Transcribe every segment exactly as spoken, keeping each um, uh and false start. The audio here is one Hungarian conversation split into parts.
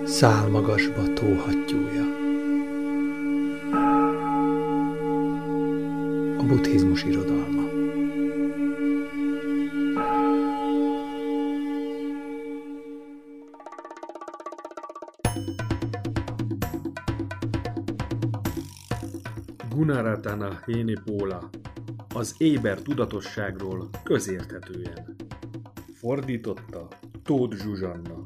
Szálmagasba tóhattyúja. A buddhizmus irodalma. Gunaratana Hénipola, az éber tudatosságról közérthetően. Fordította Tóth Zsuzsanna.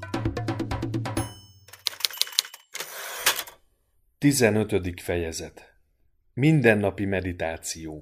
tizenötödik fejezet. Mindennapi meditáció.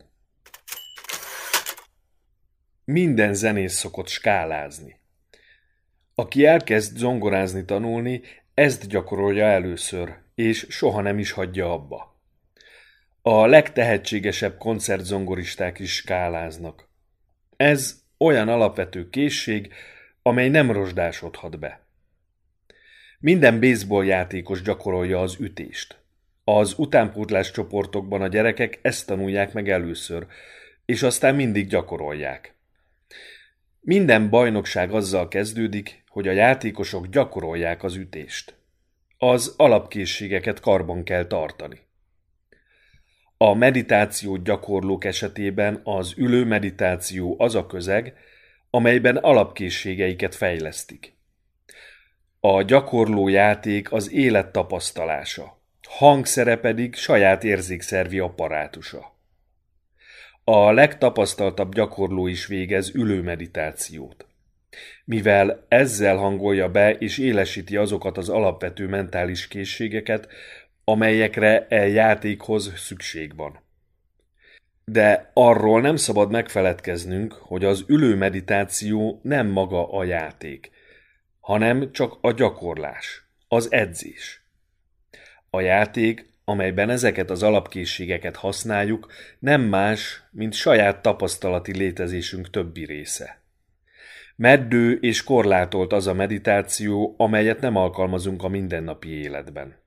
Minden zenész szokott skálázni. Aki elkezd zongorázni tanulni, ezt gyakorolja először, és soha nem is hagyja abba. A legtehetségesebb koncertzongoristák is skáláznak. Ez olyan alapvető készség, amely nem rozsdásodhat be. Minden baseball játékos gyakorolja az ütést. Az utánpótlás csoportokban a gyerekek ezt tanulják meg először, és aztán mindig gyakorolják. Minden bajnokság azzal kezdődik, hogy a játékosok gyakorolják az ütést. Az alapkészségeket karban kell tartani. A meditációt gyakorlók esetében az ülő meditáció az a közeg, amelyben alapkészségeiket fejlesztik. A gyakorló játék az élet tapasztalása, hangszere pedig saját érzékszervi apparátusa. A legtapasztaltabb gyakorló is végez ülő meditációt. Mivel ezzel hangolja be és élesíti azokat az alapvető mentális készségeket, amelyekre e játékhoz szükség van. De arról nem szabad megfeledkeznünk, hogy az ülő meditáció nem maga a játék, hanem csak a gyakorlás, az edzés. A játék, amelyben ezeket az alapkészségeket használjuk, nem más, mint saját tapasztalati létezésünk többi része. Meddő és korlátolt az a meditáció, amelyet nem alkalmazunk a mindennapi életben.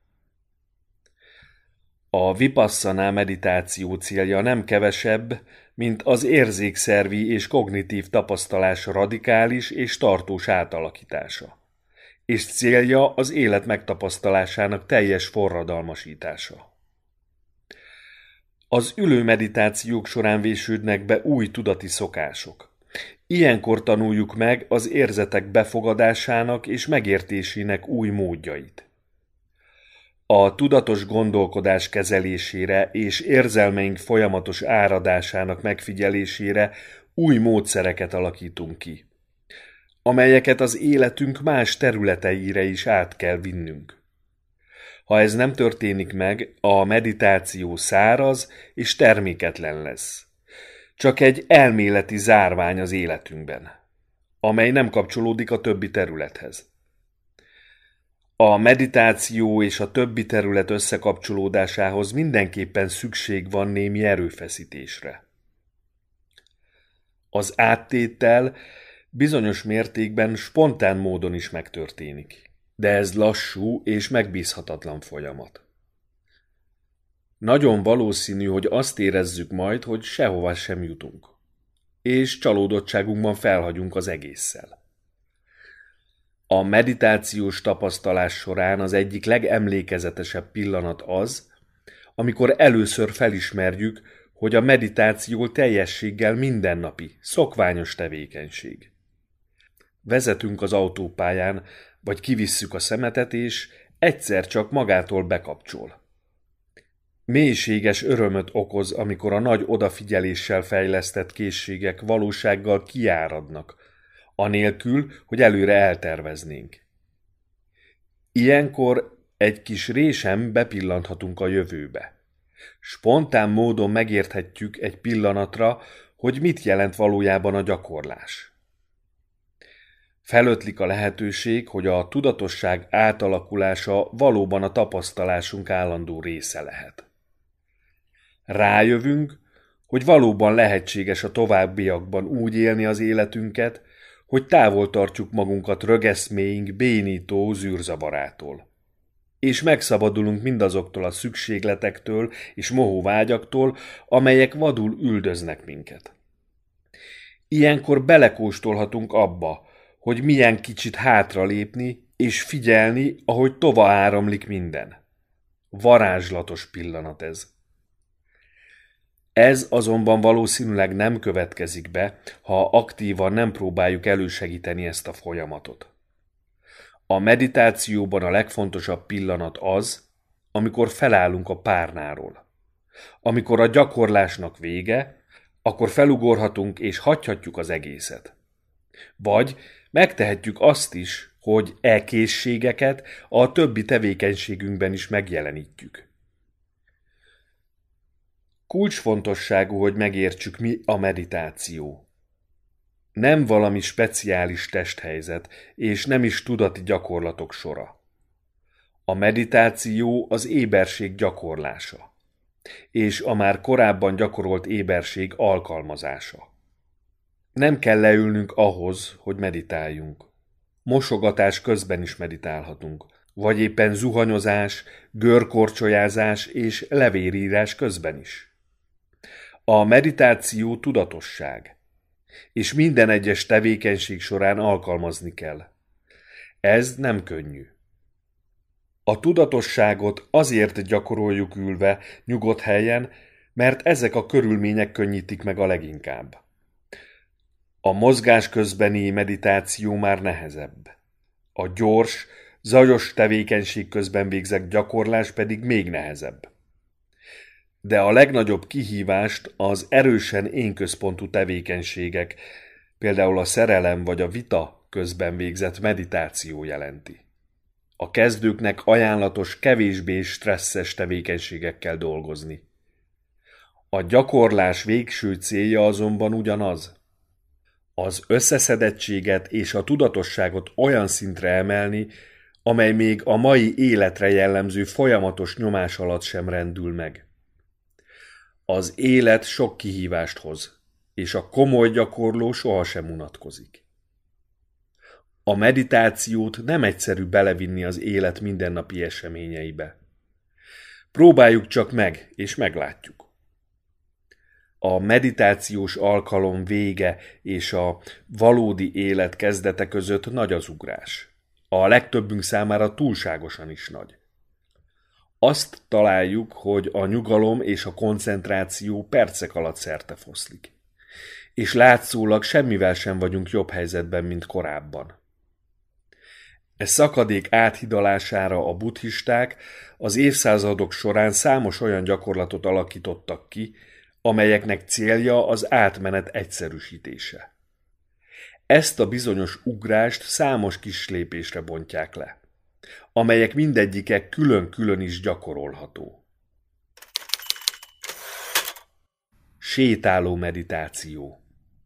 A vipasszana meditáció célja nem kevesebb, mint az érzékszervi és kognitív tapasztalás radikális és tartós átalakítása, és célja az élet megtapasztalásának teljes forradalmasítása. Az ülő meditációk során vésődnek be új tudati szokások. Ilyenkor tanuljuk meg az érzetek befogadásának és megértésének új módjait. A tudatos gondolkodás kezelésére és érzelmeink folyamatos áradásának megfigyelésére új módszereket alakítunk ki, amelyeket az életünk más területeire is át kell vinnünk. Ha ez nem történik meg, a meditáció száraz és terméketlen lesz. Csak egy elméleti zárvány az életünkben, amely nem kapcsolódik a többi területhez. A meditáció és a többi terület összekapcsolódásához mindenképpen szükség van némi erőfeszítésre. Az áttétel bizonyos mértékben spontán módon is megtörténik, de ez lassú és megbízhatatlan folyamat. Nagyon valószínű, hogy azt érezzük majd, hogy sehova sem jutunk, és csalódottságunkban felhagyunk az egésszel. A meditációs tapasztalás során az egyik legemlékezetesebb pillanat az, amikor először felismerjük, hogy a meditáció teljességgel mindennapi, szokványos tevékenység. Vezetünk az autópályán, vagy kivisszük a szemetet, és egyszer csak magától bekapcsol. Mélységes örömöt okoz, amikor a nagy odafigyeléssel fejlesztett készségek valósággal kiáradnak, anélkül, hogy előre elterveznénk. Ilyenkor egy kis résen bepillanthatunk a jövőbe. Spontán módon megérthetjük egy pillanatra, hogy mit jelent valójában a gyakorlás. Felötlik a lehetőség, hogy a tudatosság átalakulása valóban a tapasztalásunk állandó része lehet. Rájövünk, hogy valóban lehetséges a továbbiakban úgy élni az életünket, hogy távol tartjuk magunkat rögeszméink bénító zűrzavarától. És megszabadulunk mindazoktól a szükségletektől és mohó vágyaktól, amelyek vadul üldöznek minket. Ilyenkor belekóstolhatunk abba, hogy milyen kicsit hátralépni, és figyelni, ahogy tova áramlik minden. Varázslatos pillanat ez. Ez azonban valószínűleg nem következik be, ha aktívan nem próbáljuk elősegíteni ezt a folyamatot. A meditációban a legfontosabb pillanat az, amikor felállunk a párnáról. Amikor a gyakorlásnak vége, akkor felugorhatunk és hagyhatjuk az egészet. Vagy megtehetjük azt is, hogy e készségeket a többi tevékenységünkben is megjelenítjük. Kulcsfontosságú, hogy megértsük, mi a meditáció. Nem valami speciális testhelyzet, és nem is tudati gyakorlatok sora. A meditáció az éberség gyakorlása, és a már korábban gyakorolt éberség alkalmazása. Nem kell leülnünk ahhoz, hogy meditáljunk. Mosogatás közben is meditálhatunk, vagy éppen zuhanyozás, görkorcsolyázás és levérírás közben is. A meditáció tudatosság, és minden egyes tevékenység során alkalmazni kell. Ez nem könnyű. A tudatosságot azért gyakoroljuk ülve, nyugodt helyen, mert ezek a körülmények könnyítik meg a leginkább. A mozgás közbeni meditáció már nehezebb. A gyors, zajos tevékenység közben végzett gyakorlás pedig még nehezebb. De a legnagyobb kihívást az erősen énközpontú tevékenységek, például a szerelem vagy a vita közben végzett meditáció jelenti. A kezdőknek ajánlatos kevésbé stresszes tevékenységekkel dolgozni. A gyakorlás végső célja azonban ugyanaz. Az összeszedettséget és a tudatosságot olyan szintre emelni, amely még a mai életre jellemző folyamatos nyomás alatt sem rendül meg. Az élet sok kihívást hoz, és a komoly gyakorló sohasem unatkozik. A meditációt nem egyszerű belevinni az élet mindennapi eseményeibe. Próbáljuk csak meg, és meglátjuk. A meditációs alkalom vége és a valódi élet kezdete között nagy az ugrás. A legtöbbünk számára túlságosan is nagy. Azt találjuk, hogy a nyugalom és a koncentráció percek alatt szertefoszlik. És látszólag semmivel sem vagyunk jobb helyzetben, mint korábban. E szakadék áthidalására a buddhisták az évszázadok során számos olyan gyakorlatot alakítottak ki, amelyeknek célja az átmenet egyszerűsítése. Ezt a bizonyos ugrást számos kis lépésre bontják le, amelyek mindegyike külön-külön is gyakorolható. Sétáló meditáció.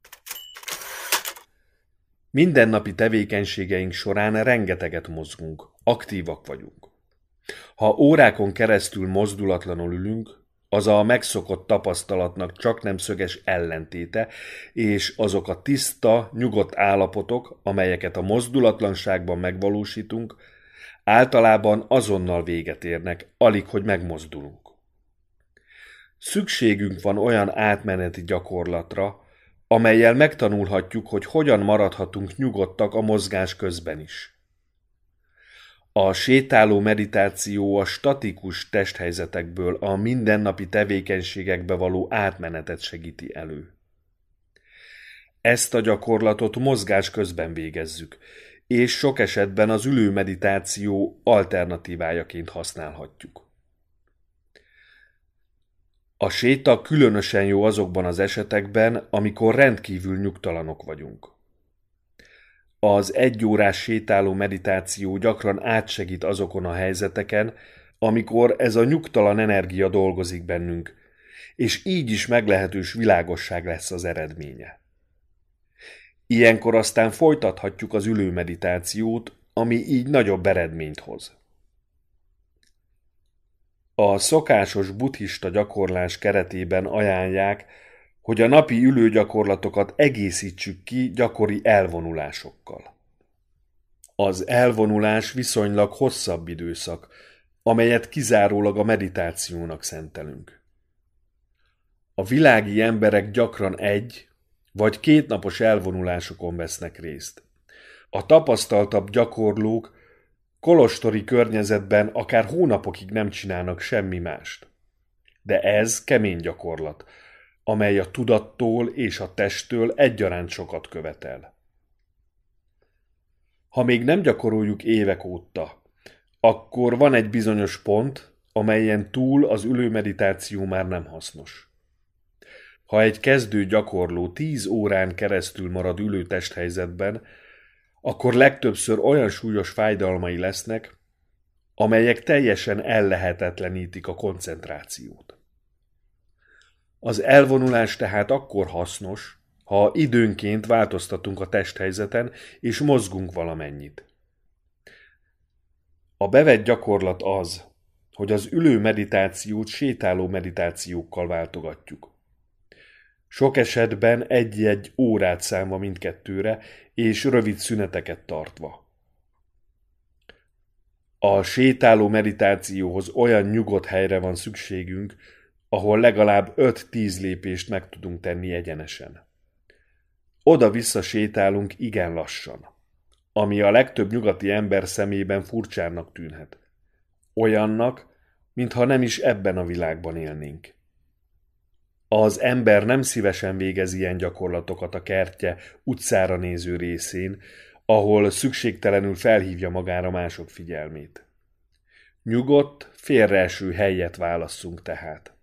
Mindennapi tevékenységeink során rengeteget mozgunk, aktívak vagyunk. Ha órákon keresztül mozdulatlanul ülünk, az a megszokott tapasztalatnak csak nem szöges ellentéte, és azok a tiszta, nyugodt állapotok, amelyeket a mozdulatlanságban megvalósítunk, általában azonnal véget érnek, alig hogy megmozdulunk. Szükségünk van olyan átmeneti gyakorlatra, amellyel megtanulhatjuk, hogy hogyan maradhatunk nyugodtak a mozgás közben is. A sétáló meditáció a statikus testhelyzetekből a mindennapi tevékenységekbe való átmenetet segíti elő. Ezt a gyakorlatot mozgás közben végezzük, és sok esetben az ülő meditáció alternatívájaként használhatjuk. A séta különösen jó azokban az esetekben, amikor rendkívül nyugtalanok vagyunk. Az egyórás sétáló meditáció gyakran átsegít azokon a helyzeteken, amikor ez a nyugtalan energia dolgozik bennünk, és így is meglehetős világosság lesz az eredménye. Ilyenkor aztán folytathatjuk az ülő meditációt, ami így nagyobb eredményt hoz. A szokásos buddhista gyakorlás keretében ajánlják, hogy a napi ülőgyakorlatokat egészítsük ki gyakori elvonulásokkal. Az elvonulás viszonylag hosszabb időszak, amelyet kizárólag a meditációnak szentelünk. A világi emberek gyakran egy vagy két napos elvonulásokon vesznek részt. A tapasztaltabb gyakorlók kolostori környezetben akár hónapokig nem csinálnak semmi mást. De ez kemény gyakorlat, amely a tudattól és a testtől egyaránt sokat követel. Ha még nem gyakoroljuk évek óta, akkor van egy bizonyos pont, amelyen túl az ülő meditáció már nem hasznos. Ha egy kezdő gyakorló tíz órán keresztül marad ülő testhelyzetben, akkor legtöbbször olyan súlyos fájdalmai lesznek, amelyek teljesen ellehetetlenítik a koncentrációt. Az elvonulás tehát akkor hasznos, ha időnként változtatunk a testhelyzeten és mozgunk valamennyit. A bevett gyakorlat az, hogy az ülő meditációt sétáló meditációkkal váltogatjuk. Sok esetben egy-egy órát számva mindkettőre, és rövid szüneteket tartva. A sétáló meditációhoz olyan nyugodt helyre van szükségünk, ahol legalább öt-tíz lépést meg tudunk tenni egyenesen. Oda-vissza sétálunk igen lassan, ami a legtöbb nyugati ember szemében furcsának tűnhet. Olyannak, mintha nem is ebben a világban élnénk. Az ember nem szívesen végez ilyen gyakorlatokat a kertje utcára néző részén, ahol szükségtelenül felhívja magára mások figyelmét. Nyugodt, félreeső helyet válasszunk tehát.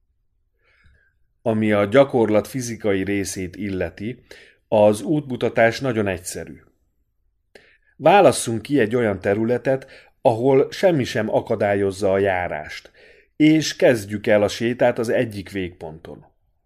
Ami a gyakorlat fizikai részét illeti, az útmutatás nagyon egyszerű. Válasszunk ki egy olyan területet, ahol semmi sem akadályozza a járást, és kezdjük el a sétát az egyik végponton.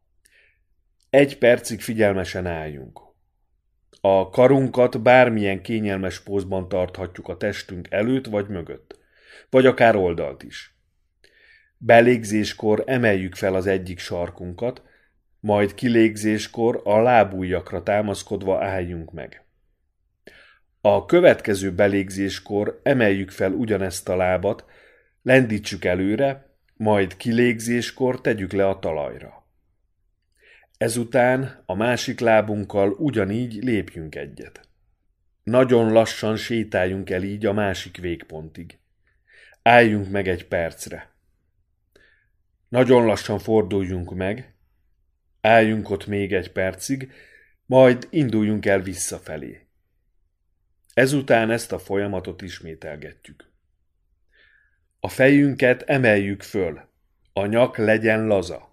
Egy percig figyelmesen álljunk. A karunkat bármilyen kényelmes pózban tarthatjuk a testünk előtt vagy mögött, vagy akár oldalt is. Belégzéskor emeljük fel az egyik sarkunkat, majd kilégzéskor a lábujjakra támaszkodva álljunk meg. A következő belégzéskor emeljük fel ugyanezt a lábat, lendítsük előre, majd kilégzéskor tegyük le a talajra. Ezután a másik lábunkkal ugyanígy lépjünk egyet. Nagyon lassan sétáljunk el így a másik végpontig. Álljunk meg egy percre. Nagyon lassan forduljunk meg, álljunk ott még egy percig, majd induljunk el visszafelé. Ezután ezt a folyamatot ismételgetjük. A fejünket emeljük föl, a nyak legyen laza.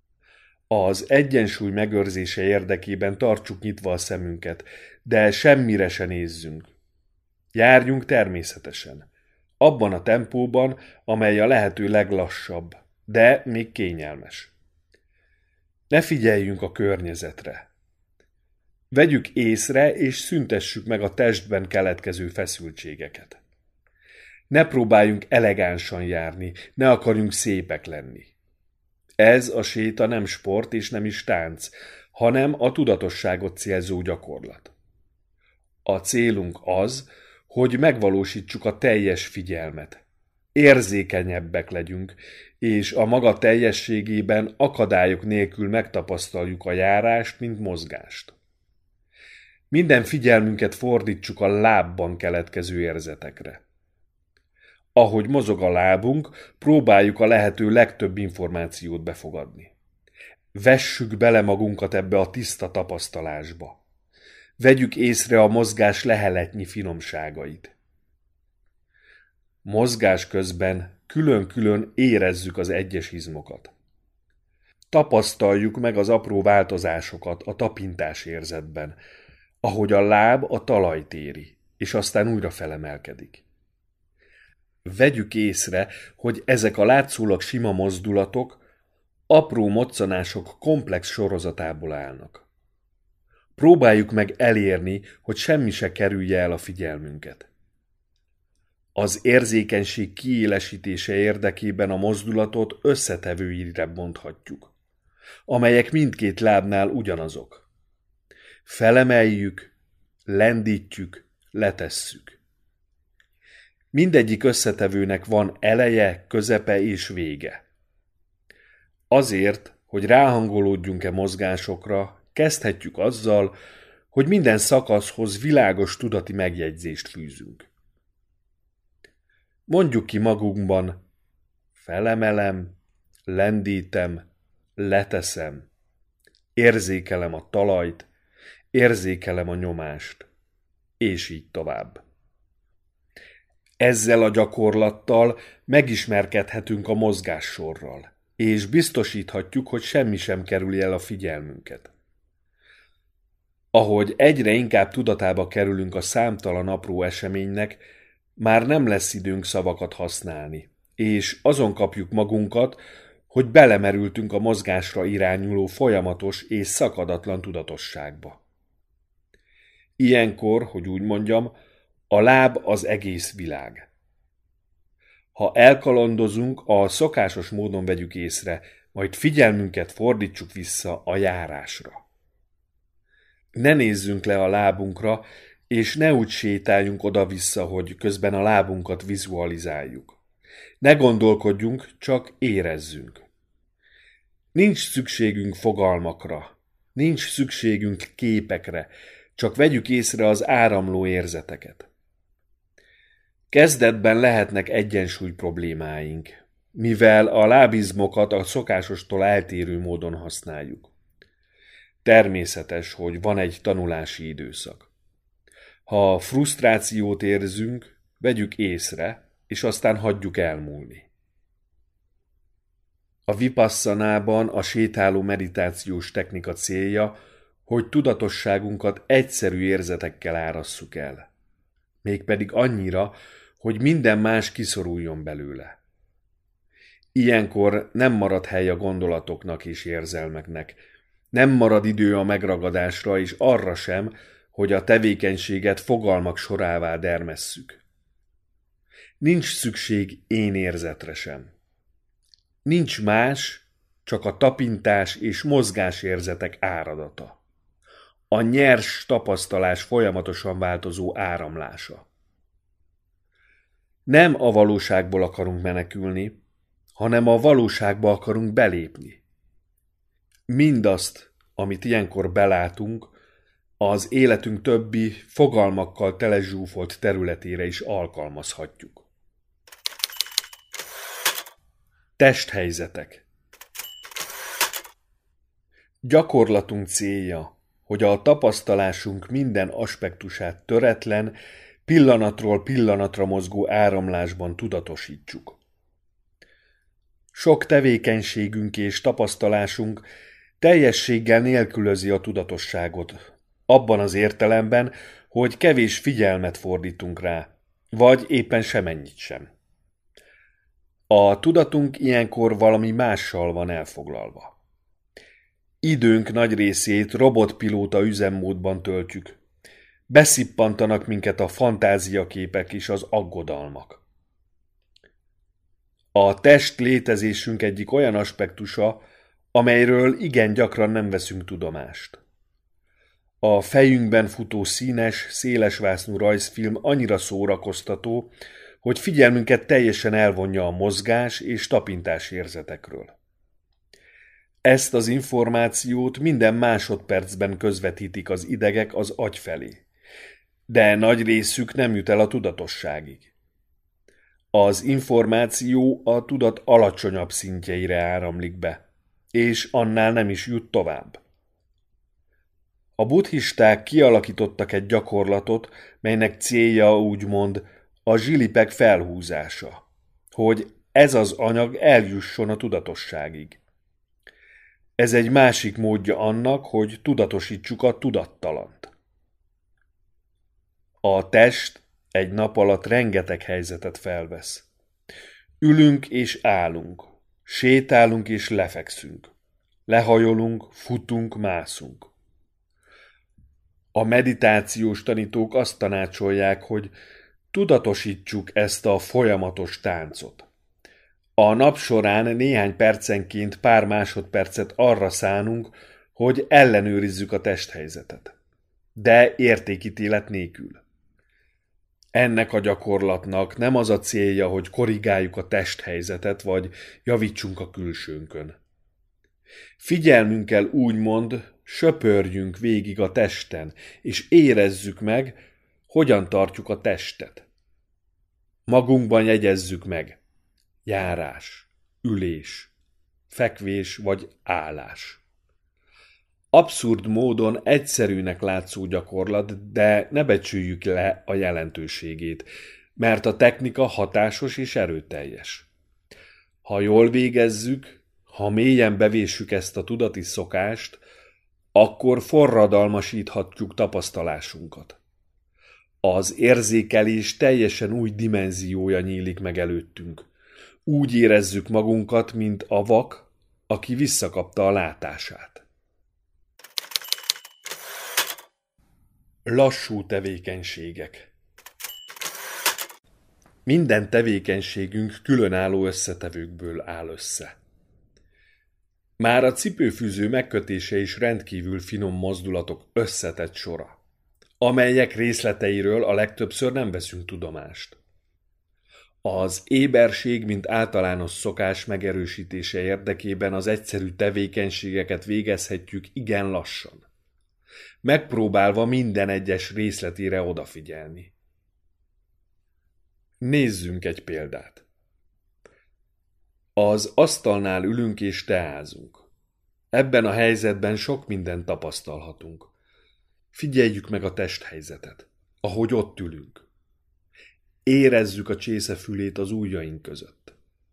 Az egyensúly megőrzése érdekében tartsuk nyitva a szemünket, de semmire se nézzünk. Járjunk természetesen, abban a tempóban, amely a lehető leglassabb, de még kényelmes. Ne figyeljünk a környezetre. Vegyük észre és szüntessük meg a testben keletkező feszültségeket. Ne próbáljunk elegánsan járni, ne akarjunk szépek lenni. Ez a séta nem sport és nem is tánc, hanem a tudatosságot célzó gyakorlat. A célunk az, hogy megvalósítsuk a teljes figyelmet. Érzékenyebbek legyünk, és a maga teljességében akadályok nélkül megtapasztaljuk a járást, mint mozgást. Minden figyelmünket fordítsuk a lábban keletkező érzetekre. Ahogy mozog a lábunk, próbáljuk a lehető legtöbb információt befogadni. Vessük bele magunkat ebbe a tiszta tapasztalásba. Vegyük észre a mozgás leheletnyi finomságait. Mozgás közben külön-külön érezzük az egyes izmokat. Tapasztaljuk meg az apró változásokat a tapintás érzetben, ahogy a láb a talajt éri, és aztán újra felemelkedik. Vegyük észre, hogy ezek a látszólag sima mozdulatok apró moccanások komplex sorozatából állnak. Próbáljuk meg elérni, hogy semmi se kerülje el a figyelmünket. Az érzékenység kiélesítése érdekében a mozdulatot összetevőire bonthatjuk, amelyek mindkét lábnál ugyanazok. Felemeljük, lendítjük, letesszük. Mindegyik összetevőnek van eleje, közepe és vége. Azért, hogy ráhangolódjunk-e mozgásokra, kezdhetjük azzal, hogy minden szakaszhoz világos tudati megjegyzést fűzünk. Mondjuk ki magunkban: felemelem, lendítem, leteszem, érzékelem a talajt, érzékelem a nyomást, és így tovább. Ezzel a gyakorlattal megismerkedhetünk a mozgássorral, és biztosíthatjuk, hogy semmi sem kerüli el a figyelmünket. Ahogy egyre inkább tudatába kerülünk a számtalan apró eseménynek, már nem lesz időnk szavakat használni, és azon kapjuk magunkat, hogy belemerültünk a mozgásra irányuló folyamatos és szakadatlan tudatosságba. Ilyenkor, hogy úgy mondjam, a láb az egész világ. Ha elkalandozunk, a szokásos módon vegyük észre, majd figyelmünket fordítsuk vissza a járásra. Ne nézzünk le a lábunkra, és ne úgy sétáljunk oda-vissza, hogy közben a lábunkat vizualizáljuk. Ne gondolkodjunk, csak érezzünk. Nincs szükségünk fogalmakra, nincs szükségünk képekre, csak vegyük észre az áramló érzeteket. Kezdetben lehetnek egyensúly problémáink, mivel a lábizmokat a szokásostól eltérő módon használjuk. Természetes, hogy van egy tanulási időszak. Ha frusztrációt érzünk, vegyük észre, és aztán hagyjuk elmúlni. A vipasszanában a sétáló meditációs technika célja, hogy tudatosságunkat egyszerű érzetekkel árasszuk el. Mégpedig annyira, hogy minden más kiszoruljon belőle. Ilyenkor nem marad hely a gondolatoknak és érzelmeknek, nem marad idő a megragadásra és arra sem, hogy a tevékenységet fogalmak sorává dermesszük. Nincs szükség én érzetre sem. Nincs más, csak a tapintás és mozgásérzetek áradata. A nyers tapasztalás folyamatosan változó áramlása. Nem a valóságból akarunk menekülni, hanem a valóságba akarunk belépni. Mindazt, amit ilyenkor belátunk, az életünk többi fogalmakkal telezsúfolt területére is alkalmazhatjuk. Testhelyzetek. Gyakorlatunk célja, hogy a tapasztalásunk minden aspektusát töretlen, pillanatról pillanatra mozgó áramlásban tudatosítsuk. Sok tevékenységünk és tapasztalásunk teljességgel nélkülözi a tudatosságot, abban az értelemben, hogy kevés figyelmet fordítunk rá, vagy éppen semennyit sem. A tudatunk ilyenkor valami mással van elfoglalva. Időnk nagy részét robotpilóta üzemmódban töltjük. Beszippantanak minket a fantáziaképek és az aggodalmak. A test létezésünk egyik olyan aspektusa, amelyről igen gyakran nem veszünk tudomást. A fejünkben futó színes, szélesvásznú rajzfilm annyira szórakoztató, hogy figyelmünket teljesen elvonja a mozgás és tapintás érzetekről. Ezt az információt minden másodpercben közvetítik az idegek az agy felé, de nagy részük nem jut el a tudatosságig. Az információ a tudat alacsonyabb szintjeire áramlik be, és annál nem is jut tovább. A buddhisták kialakítottak egy gyakorlatot, melynek célja úgymond a zsilipek felhúzása, hogy ez az anyag eljusson a tudatosságig. Ez egy másik módja annak, hogy tudatosítsuk a tudattalant. A test egy nap alatt rengeteg helyzetet felvesz. Ülünk és állunk, sétálunk és lefekszünk, lehajolunk, futunk, mászunk. A meditációs tanítók azt tanácsolják, hogy tudatosítsuk ezt a folyamatos táncot. A nap során néhány percenként pár másodpercet arra szánunk, hogy ellenőrizzük a testhelyzetet, de értékítélet nélkül. Ennek a gyakorlatnak nem az a célja, hogy korrigáljuk a testhelyzetet, vagy javítsunk a külsőnkön. Figyelmünkkel úgymond söpörjünk végig a testen, és érezzük meg, hogyan tartjuk a testet. Magunkban jegyezzük meg: járás, ülés, fekvés vagy állás. Abszurd módon egyszerűnek látszó gyakorlat, de ne becsüljük le a jelentőségét, mert a technika hatásos és erőteljes. Ha jól végezzük, ha mélyen bevéssük ezt a tudati szokást, akkor forradalmasíthatjuk tapasztalásunkat. Az érzékelés teljesen új dimenziója nyílik meg előttünk. Úgy érezzük magunkat, mint a vak, aki visszakapta a látását. Lassú tevékenységek. Minden tevékenységünk különálló összetevőkből áll össze. Már a cipőfűző megkötése is rendkívül finom mozdulatok összetett sora, amelyek részleteiről a legtöbbször nem veszünk tudomást. Az éberség, mint általános szokás megerősítése érdekében az egyszerű tevékenységeket végezhetjük igen lassan, megpróbálva minden egyes részletére odafigyelni. Nézzünk egy példát. Az asztalnál ülünk és teázunk. Ebben a helyzetben sok mindent tapasztalhatunk. Figyeljük meg a testhelyzetet, ahogy ott ülünk. Érezzük a csésze fülét az ujjaink között.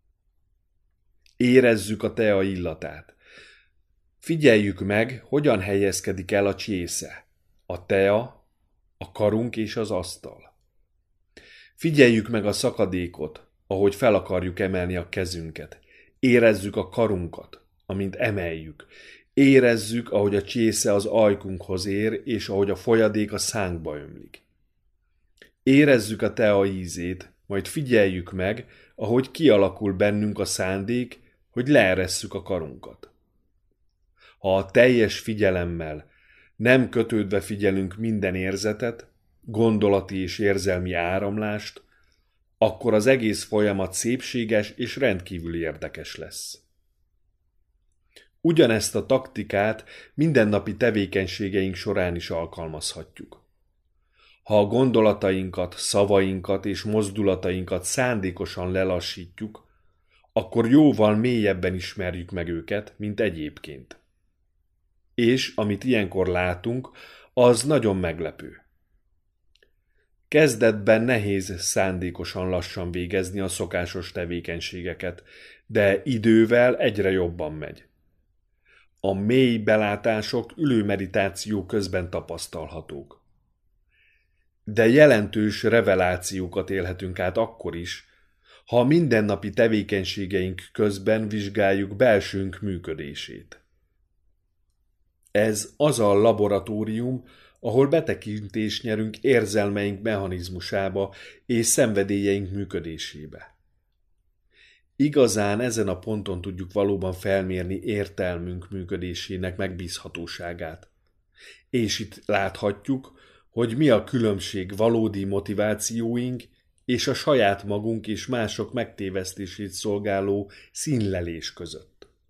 Érezzük a tea illatát. Figyeljük meg, hogyan helyezkedik el a csésze, a tea, a karunk és az asztal. Figyeljük meg a szakadékot, ahogy fel akarjuk emelni a kezünket. Érezzük a karunkat, amint emeljük. Érezzük, ahogy a csésze az ajkunkhoz ér, és ahogy a folyadék a szánkba ömlik. Érezzük a tea ízét, majd figyeljük meg, ahogy kialakul bennünk a szándék, hogy leeresszük a karunkat. Ha a teljes figyelemmel, nem kötődve figyelünk minden érzetet, gondolati és érzelmi áramlást, akkor az egész folyamat szépséges és rendkívül érdekes lesz. Ugyanezt a taktikát mindennapi tevékenységeink során is alkalmazhatjuk. Ha a gondolatainkat, szavainkat és mozdulatainkat szándékosan lelassítjuk, akkor jóval mélyebben ismerjük meg őket, mint egyébként. És amit ilyenkor látunk, az nagyon meglepő. Kezdetben nehéz szándékosan lassan végezni a szokásos tevékenységeket, de idővel egyre jobban megy. A mély belátások ülő meditáció közben tapasztalhatók. De jelentős revelációkat élhetünk át akkor is, ha a mindennapi tevékenységeink közben vizsgáljuk belsőnk működését. Ez az a laboratórium, ahol betekintést nyerünk érzelmeink mechanizmusába és szenvedélyeink működésébe. Igazán ezen a ponton tudjuk valóban felmérni értelmünk működésének megbízhatóságát. És itt láthatjuk, hogy mi a különbség valódi motivációink és a saját magunk és mások megtévesztését szolgáló színlelés között.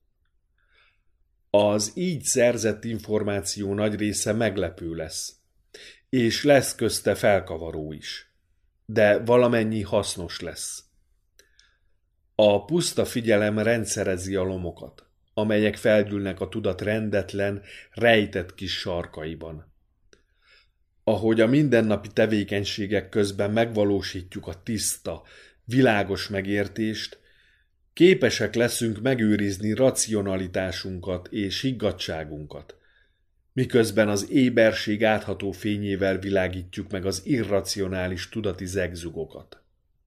Az így szerzett információ nagy része meglepő lesz, és lesz közte felkavaró is, de valamennyi hasznos lesz. A puszta figyelem rendszerezi a lomokat, amelyek felgyűlnek a tudat rendetlen, rejtett kis sarkaiban. Ahogy a mindennapi tevékenységek közben megvalósítjuk a tiszta, világos megértést, képesek leszünk megőrizni racionalitásunkat és higgadtságunkat, miközben az éberség átható fényével világítjuk meg az irracionális tudati zegzugokat.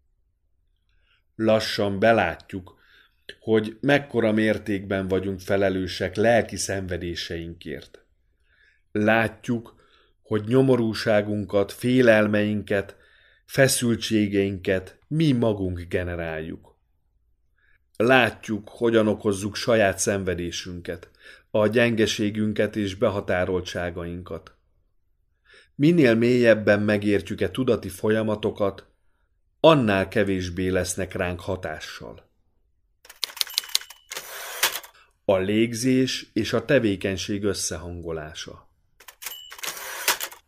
Lassan belátjuk, hogy mekkora mértékben vagyunk felelősek lelki szenvedéseinkért. Látjuk, hogy nyomorúságunkat, félelmeinket, feszültségeinket mi magunk generáljuk. Látjuk, hogyan okozzuk saját szenvedésünket, a gyengeségünket és behatároltságainkat. Minél mélyebben megértjük-e tudati folyamatokat, annál kevésbé lesznek ránk hatással. A légzés és a tevékenység összehangolása.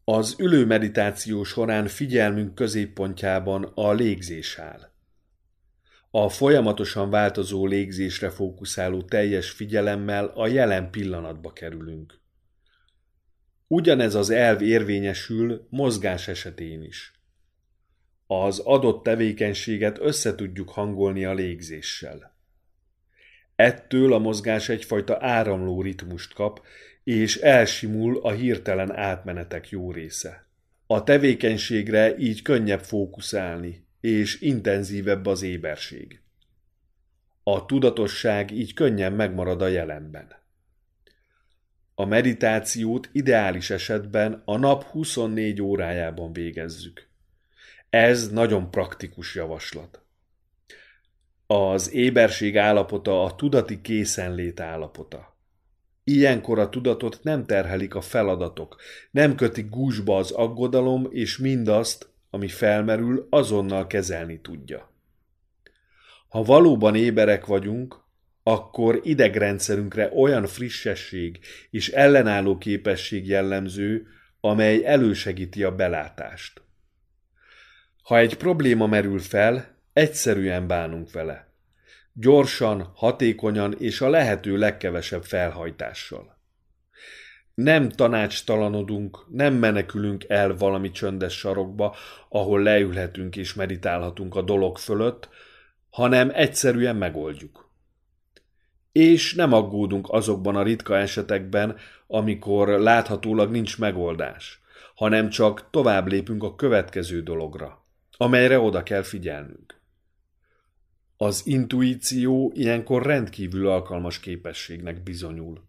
Az ülő meditáció során figyelmünk középpontjában a légzés áll. A folyamatosan változó légzésre fókuszáló teljes figyelemmel a jelen pillanatba kerülünk. Ugyanez az elv érvényesül mozgás esetén is. Az adott tevékenységet össze tudjuk hangolni a légzéssel. Ettől a mozgás egyfajta áramló ritmust kap, és elsimul a hirtelen átmenetek jó része. A tevékenységre így könnyebb fókuszálni, és intenzívebb az éberség. A tudatosság így könnyen megmarad a jelenben. A meditációt ideális esetben a nap huszonnégy órájában végezzük. Ez nagyon praktikus javaslat. Az éberség állapota a tudati készenlét állapota. Ilyenkor a tudatot nem terhelik a feladatok, nem kötik gúzsba az aggodalom, és mindazt, ami felmerül, azonnal kezelni tudja. Ha valóban éberek vagyunk, akkor idegrendszerünkre olyan frissesség és ellenálló képesség jellemző, amely elősegíti a belátást. Ha egy probléma merül fel, egyszerűen bánunk vele. Gyorsan, hatékonyan és a lehető legkevesebb felhajtással. Nem tanácstalanodunk, nem menekülünk el valami csöndes sarokba, ahol leülhetünk és meditálhatunk a dolog fölött, hanem egyszerűen megoldjuk. És nem aggódunk azokban a ritka esetekben, amikor láthatólag nincs megoldás, hanem csak tovább lépünk a következő dologra, amelyre oda kell figyelnünk. Az intuíció ilyenkor rendkívül alkalmas képességnek bizonyul.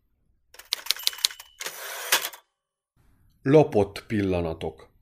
Lopott pillanatok.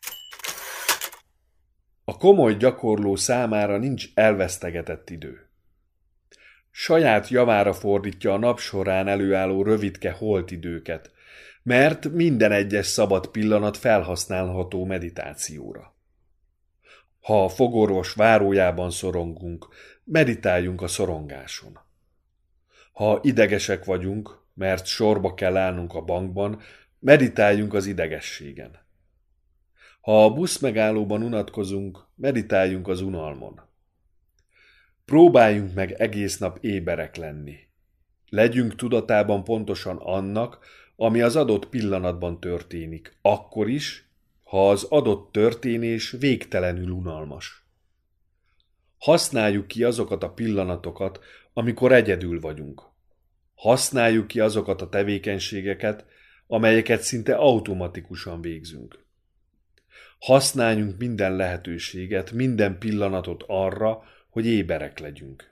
A komoly gyakorló számára nincs elvesztegetett idő. Saját javára fordítja a nap során előálló rövidke holtidőket, mert minden egyes szabad pillanat felhasználható meditációra. Ha a fogorvos várójában szorongunk, meditáljunk a szorongáson. Ha idegesek vagyunk, mert sorba kell állnunk a bankban, meditáljunk az idegességen. Ha a busz megállóban unatkozunk, meditáljunk az unalmon. Próbáljunk meg egész nap éberek lenni. Legyünk tudatában pontosan annak, ami az adott pillanatban történik, akkor is, ha az adott történés végtelenül unalmas. Használjuk ki azokat a pillanatokat, amikor egyedül vagyunk. Használjuk ki azokat a tevékenységeket, amelyeket szinte automatikusan végzünk. Használjunk minden lehetőséget, minden pillanatot arra, hogy éberek legyünk.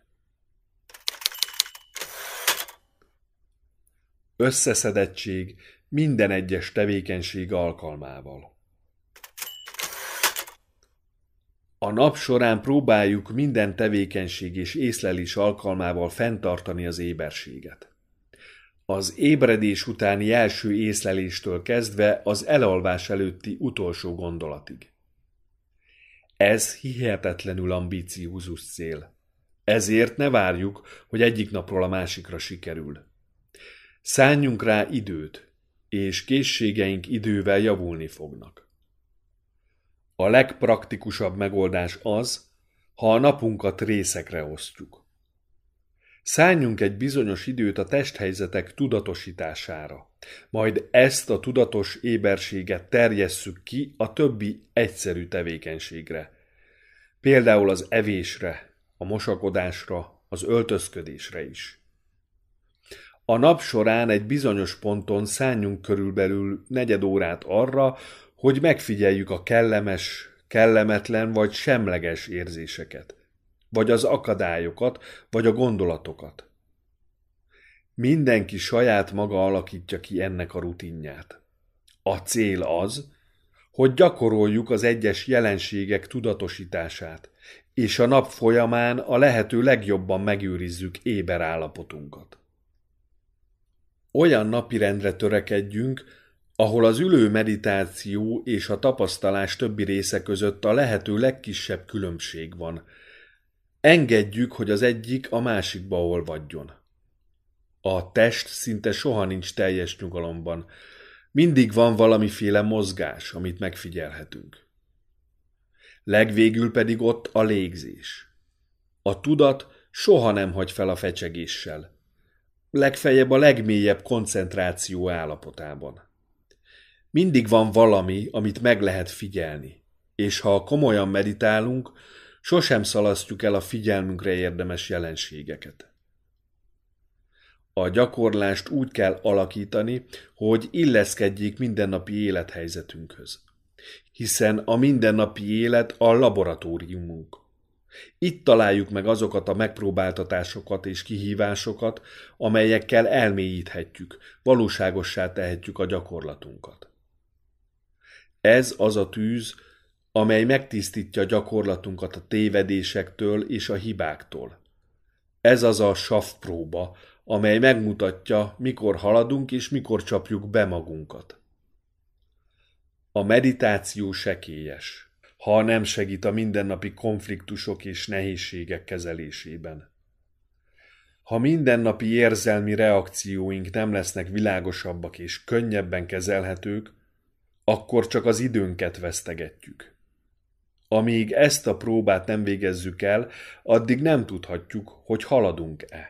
Összeszedettség minden egyes tevékenység alkalmával. A nap során próbáljuk minden tevékenység és észlelés alkalmával fenntartani az éberséget. Az ébredés utáni első észleléstől kezdve az elalvás előtti utolsó gondolatig. Ez hihetetlenül ambíciózus cél. Ezért ne várjuk, hogy egyik napról a másikra sikerül. Szánjunk rá időt, és készségeink idővel javulni fognak. A legpraktikusabb megoldás az, ha a napunkat részekre osztjuk. Szálljunk egy bizonyos időt a testhelyzetek tudatosítására, majd ezt a tudatos éberséget terjesszük ki a többi egyszerű tevékenységre. Például az evésre, a mosakodásra, az öltözködésre is. A nap során egy bizonyos ponton szálljunk körülbelül negyed órát arra, hogy megfigyeljük a kellemes, kellemetlen vagy semleges érzéseket, vagy az akadályokat, vagy a gondolatokat. Mindenki saját maga alakítja ki ennek a rutinját. A cél az, hogy gyakoroljuk az egyes jelenségek tudatosítását, és a nap folyamán a lehető legjobban megőrizzük éber állapotunkat. Olyan napirendre törekedjünk, ahol az ülő meditáció és a tapasztalás többi része között a lehető legkisebb különbség van. Engedjük, hogy az egyik a másikba olvadjon. A test szinte soha nincs teljes nyugalomban. Mindig van valamiféle mozgás, amit megfigyelhetünk. Legvégül pedig ott a légzés. A tudat soha nem hagy fel a fecsegéssel. Legfeljebb a legmélyebb koncentráció állapotában. Mindig van valami, amit meg lehet figyelni, és ha komolyan meditálunk, sosem szalasztjuk el a figyelmünkre érdemes jelenségeket. A gyakorlást úgy kell alakítani, hogy illeszkedjék mindennapi élethelyzetünkhöz. Hiszen a mindennapi élet a laboratóriumunk. Itt találjuk meg azokat a megpróbáltatásokat és kihívásokat, amelyekkel elmélyíthetjük, valóságossá tehetjük a gyakorlatunkat. Ez az a tűz, amely megtisztítja gyakorlatunkat a tévedésektől és a hibáktól. Ez az a savpróba, amely megmutatja, mikor haladunk és mikor csapjuk be magunkat. A meditáció sekélyes, ha nem segít a mindennapi konfliktusok és nehézségek kezelésében. Ha mindennapi érzelmi reakcióink nem lesznek világosabbak és könnyebben kezelhetők, akkor csak az időnket vesztegetjük. Amíg ezt a próbát nem végezzük el, addig nem tudhatjuk, hogy haladunk-e.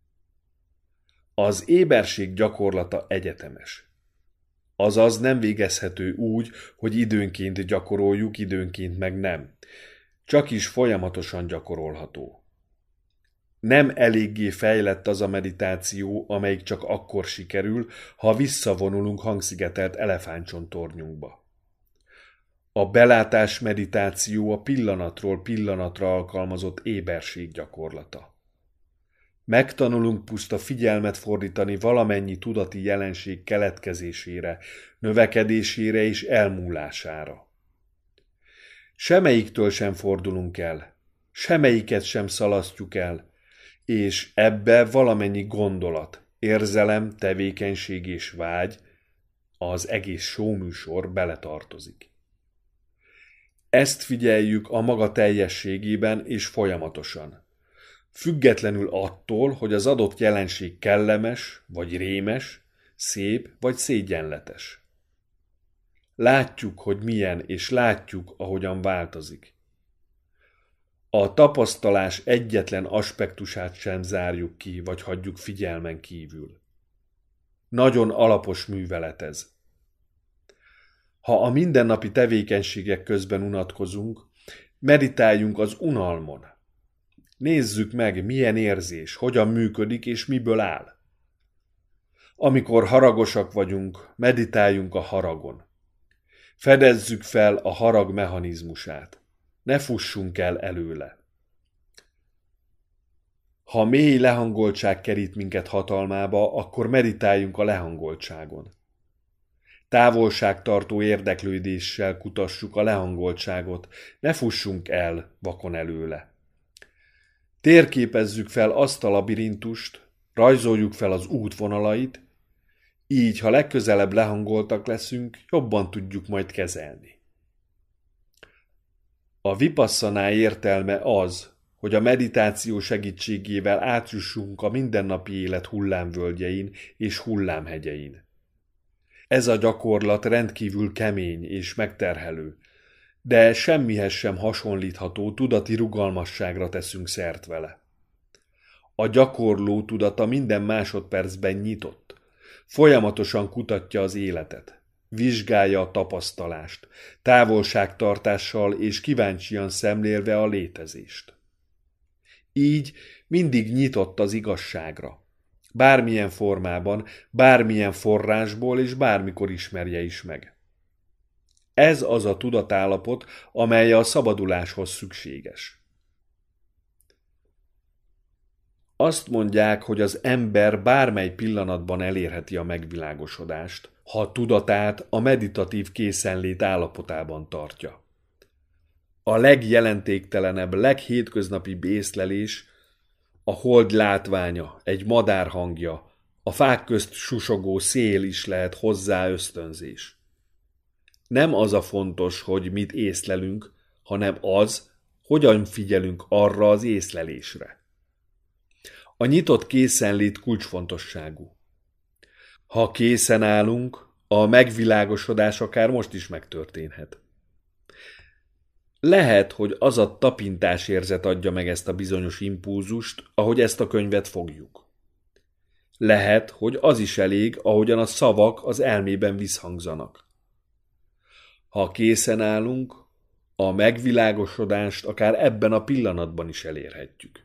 Az éberség gyakorlata egyetemes. Azaz nem végezhető úgy, hogy időnként gyakoroljuk, időnként meg nem. Csak is folyamatosan gyakorolható. Nem eléggé fejlett az a meditáció, amelyik csak akkor sikerül, ha visszavonulunk hangszigetelt elefántcsontornyunkba. A belátás meditáció a pillanatról pillanatra alkalmazott éberség gyakorlata. Megtanulunk puszta figyelmet fordítani valamennyi tudati jelenség keletkezésére, növekedésére és elmúlására. Semmelyiktől sem fordulunk el, semmelyiket sem szalasztjuk el, és ebbe valamennyi gondolat, érzelem, tevékenység és vágy, az egész showműsor beletartozik. Ezt figyeljük a maga teljességében és folyamatosan. Függetlenül attól, hogy az adott jelenség kellemes, vagy rémes, szép, vagy szégyenletes. Látjuk, hogy milyen, és látjuk, ahogyan változik. A tapasztalás egyetlen aspektusát sem zárjuk ki, vagy hagyjuk figyelmen kívül. Nagyon alapos művelet ez. Ha a mindennapi tevékenységek közben unatkozunk, meditáljunk az unalmon. Nézzük meg, milyen érzés, hogyan működik és miből áll. Amikor haragosak vagyunk, meditáljunk a haragon. Fedezzük fel a harag mechanizmusát. Ne fussunk el előle. Ha mély lehangoltság kerít minket hatalmába, akkor meditáljunk a lehangoltságon. Távolságtartó érdeklődéssel kutassuk a lehangoltságot, ne fussunk el vakon előle. Térképezzük fel azt a labirintust, rajzoljuk fel az útvonalait, így, ha legközelebb lehangoltak leszünk, jobban tudjuk majd kezelni. A vipassaná értelme az, hogy a meditáció segítségével átjussunk a mindennapi élet hullámvölgyein és hullámhegyein. Ez a gyakorlat rendkívül kemény és megterhelő, de semmihez sem hasonlítható tudati rugalmasságra teszünk szert vele. A gyakorló tudata minden másodpercben nyitott, folyamatosan kutatja az életet, vizsgálja a tapasztalást, távolságtartással és kíváncsian szemlélve a létezést. Így mindig nyitott az igazságra, bármilyen formában, bármilyen forrásból és bármikor ismerje is meg. Ez az a tudatállapot, amely a szabaduláshoz szükséges. Azt mondják, hogy az ember bármely pillanatban elérheti a megvilágosodást, ha a tudatát a meditatív készenlét állapotában tartja. A legjelentéktelenebb, leghétköznapibb észlelés, a hold látványa, egy madár hangja, a fák közt susogó szél is lehet hozzá ösztönzés. Nem az a fontos, hogy mit észlelünk, hanem az, hogyan figyelünk arra az észlelésre. A nyitott készenlét kulcsfontosságú. Ha készen állunk, A megvilágosodás akár most is megtörténhet. Lehet, hogy az a tapintásérzet adja meg ezt a bizonyos impulzust, ahogy ezt a könyvet fogjuk. Lehet, hogy az is elég, ahogyan a szavak az elmében visszhangzanak. Ha készen állunk, a megvilágosodást akár ebben a pillanatban is elérhetjük.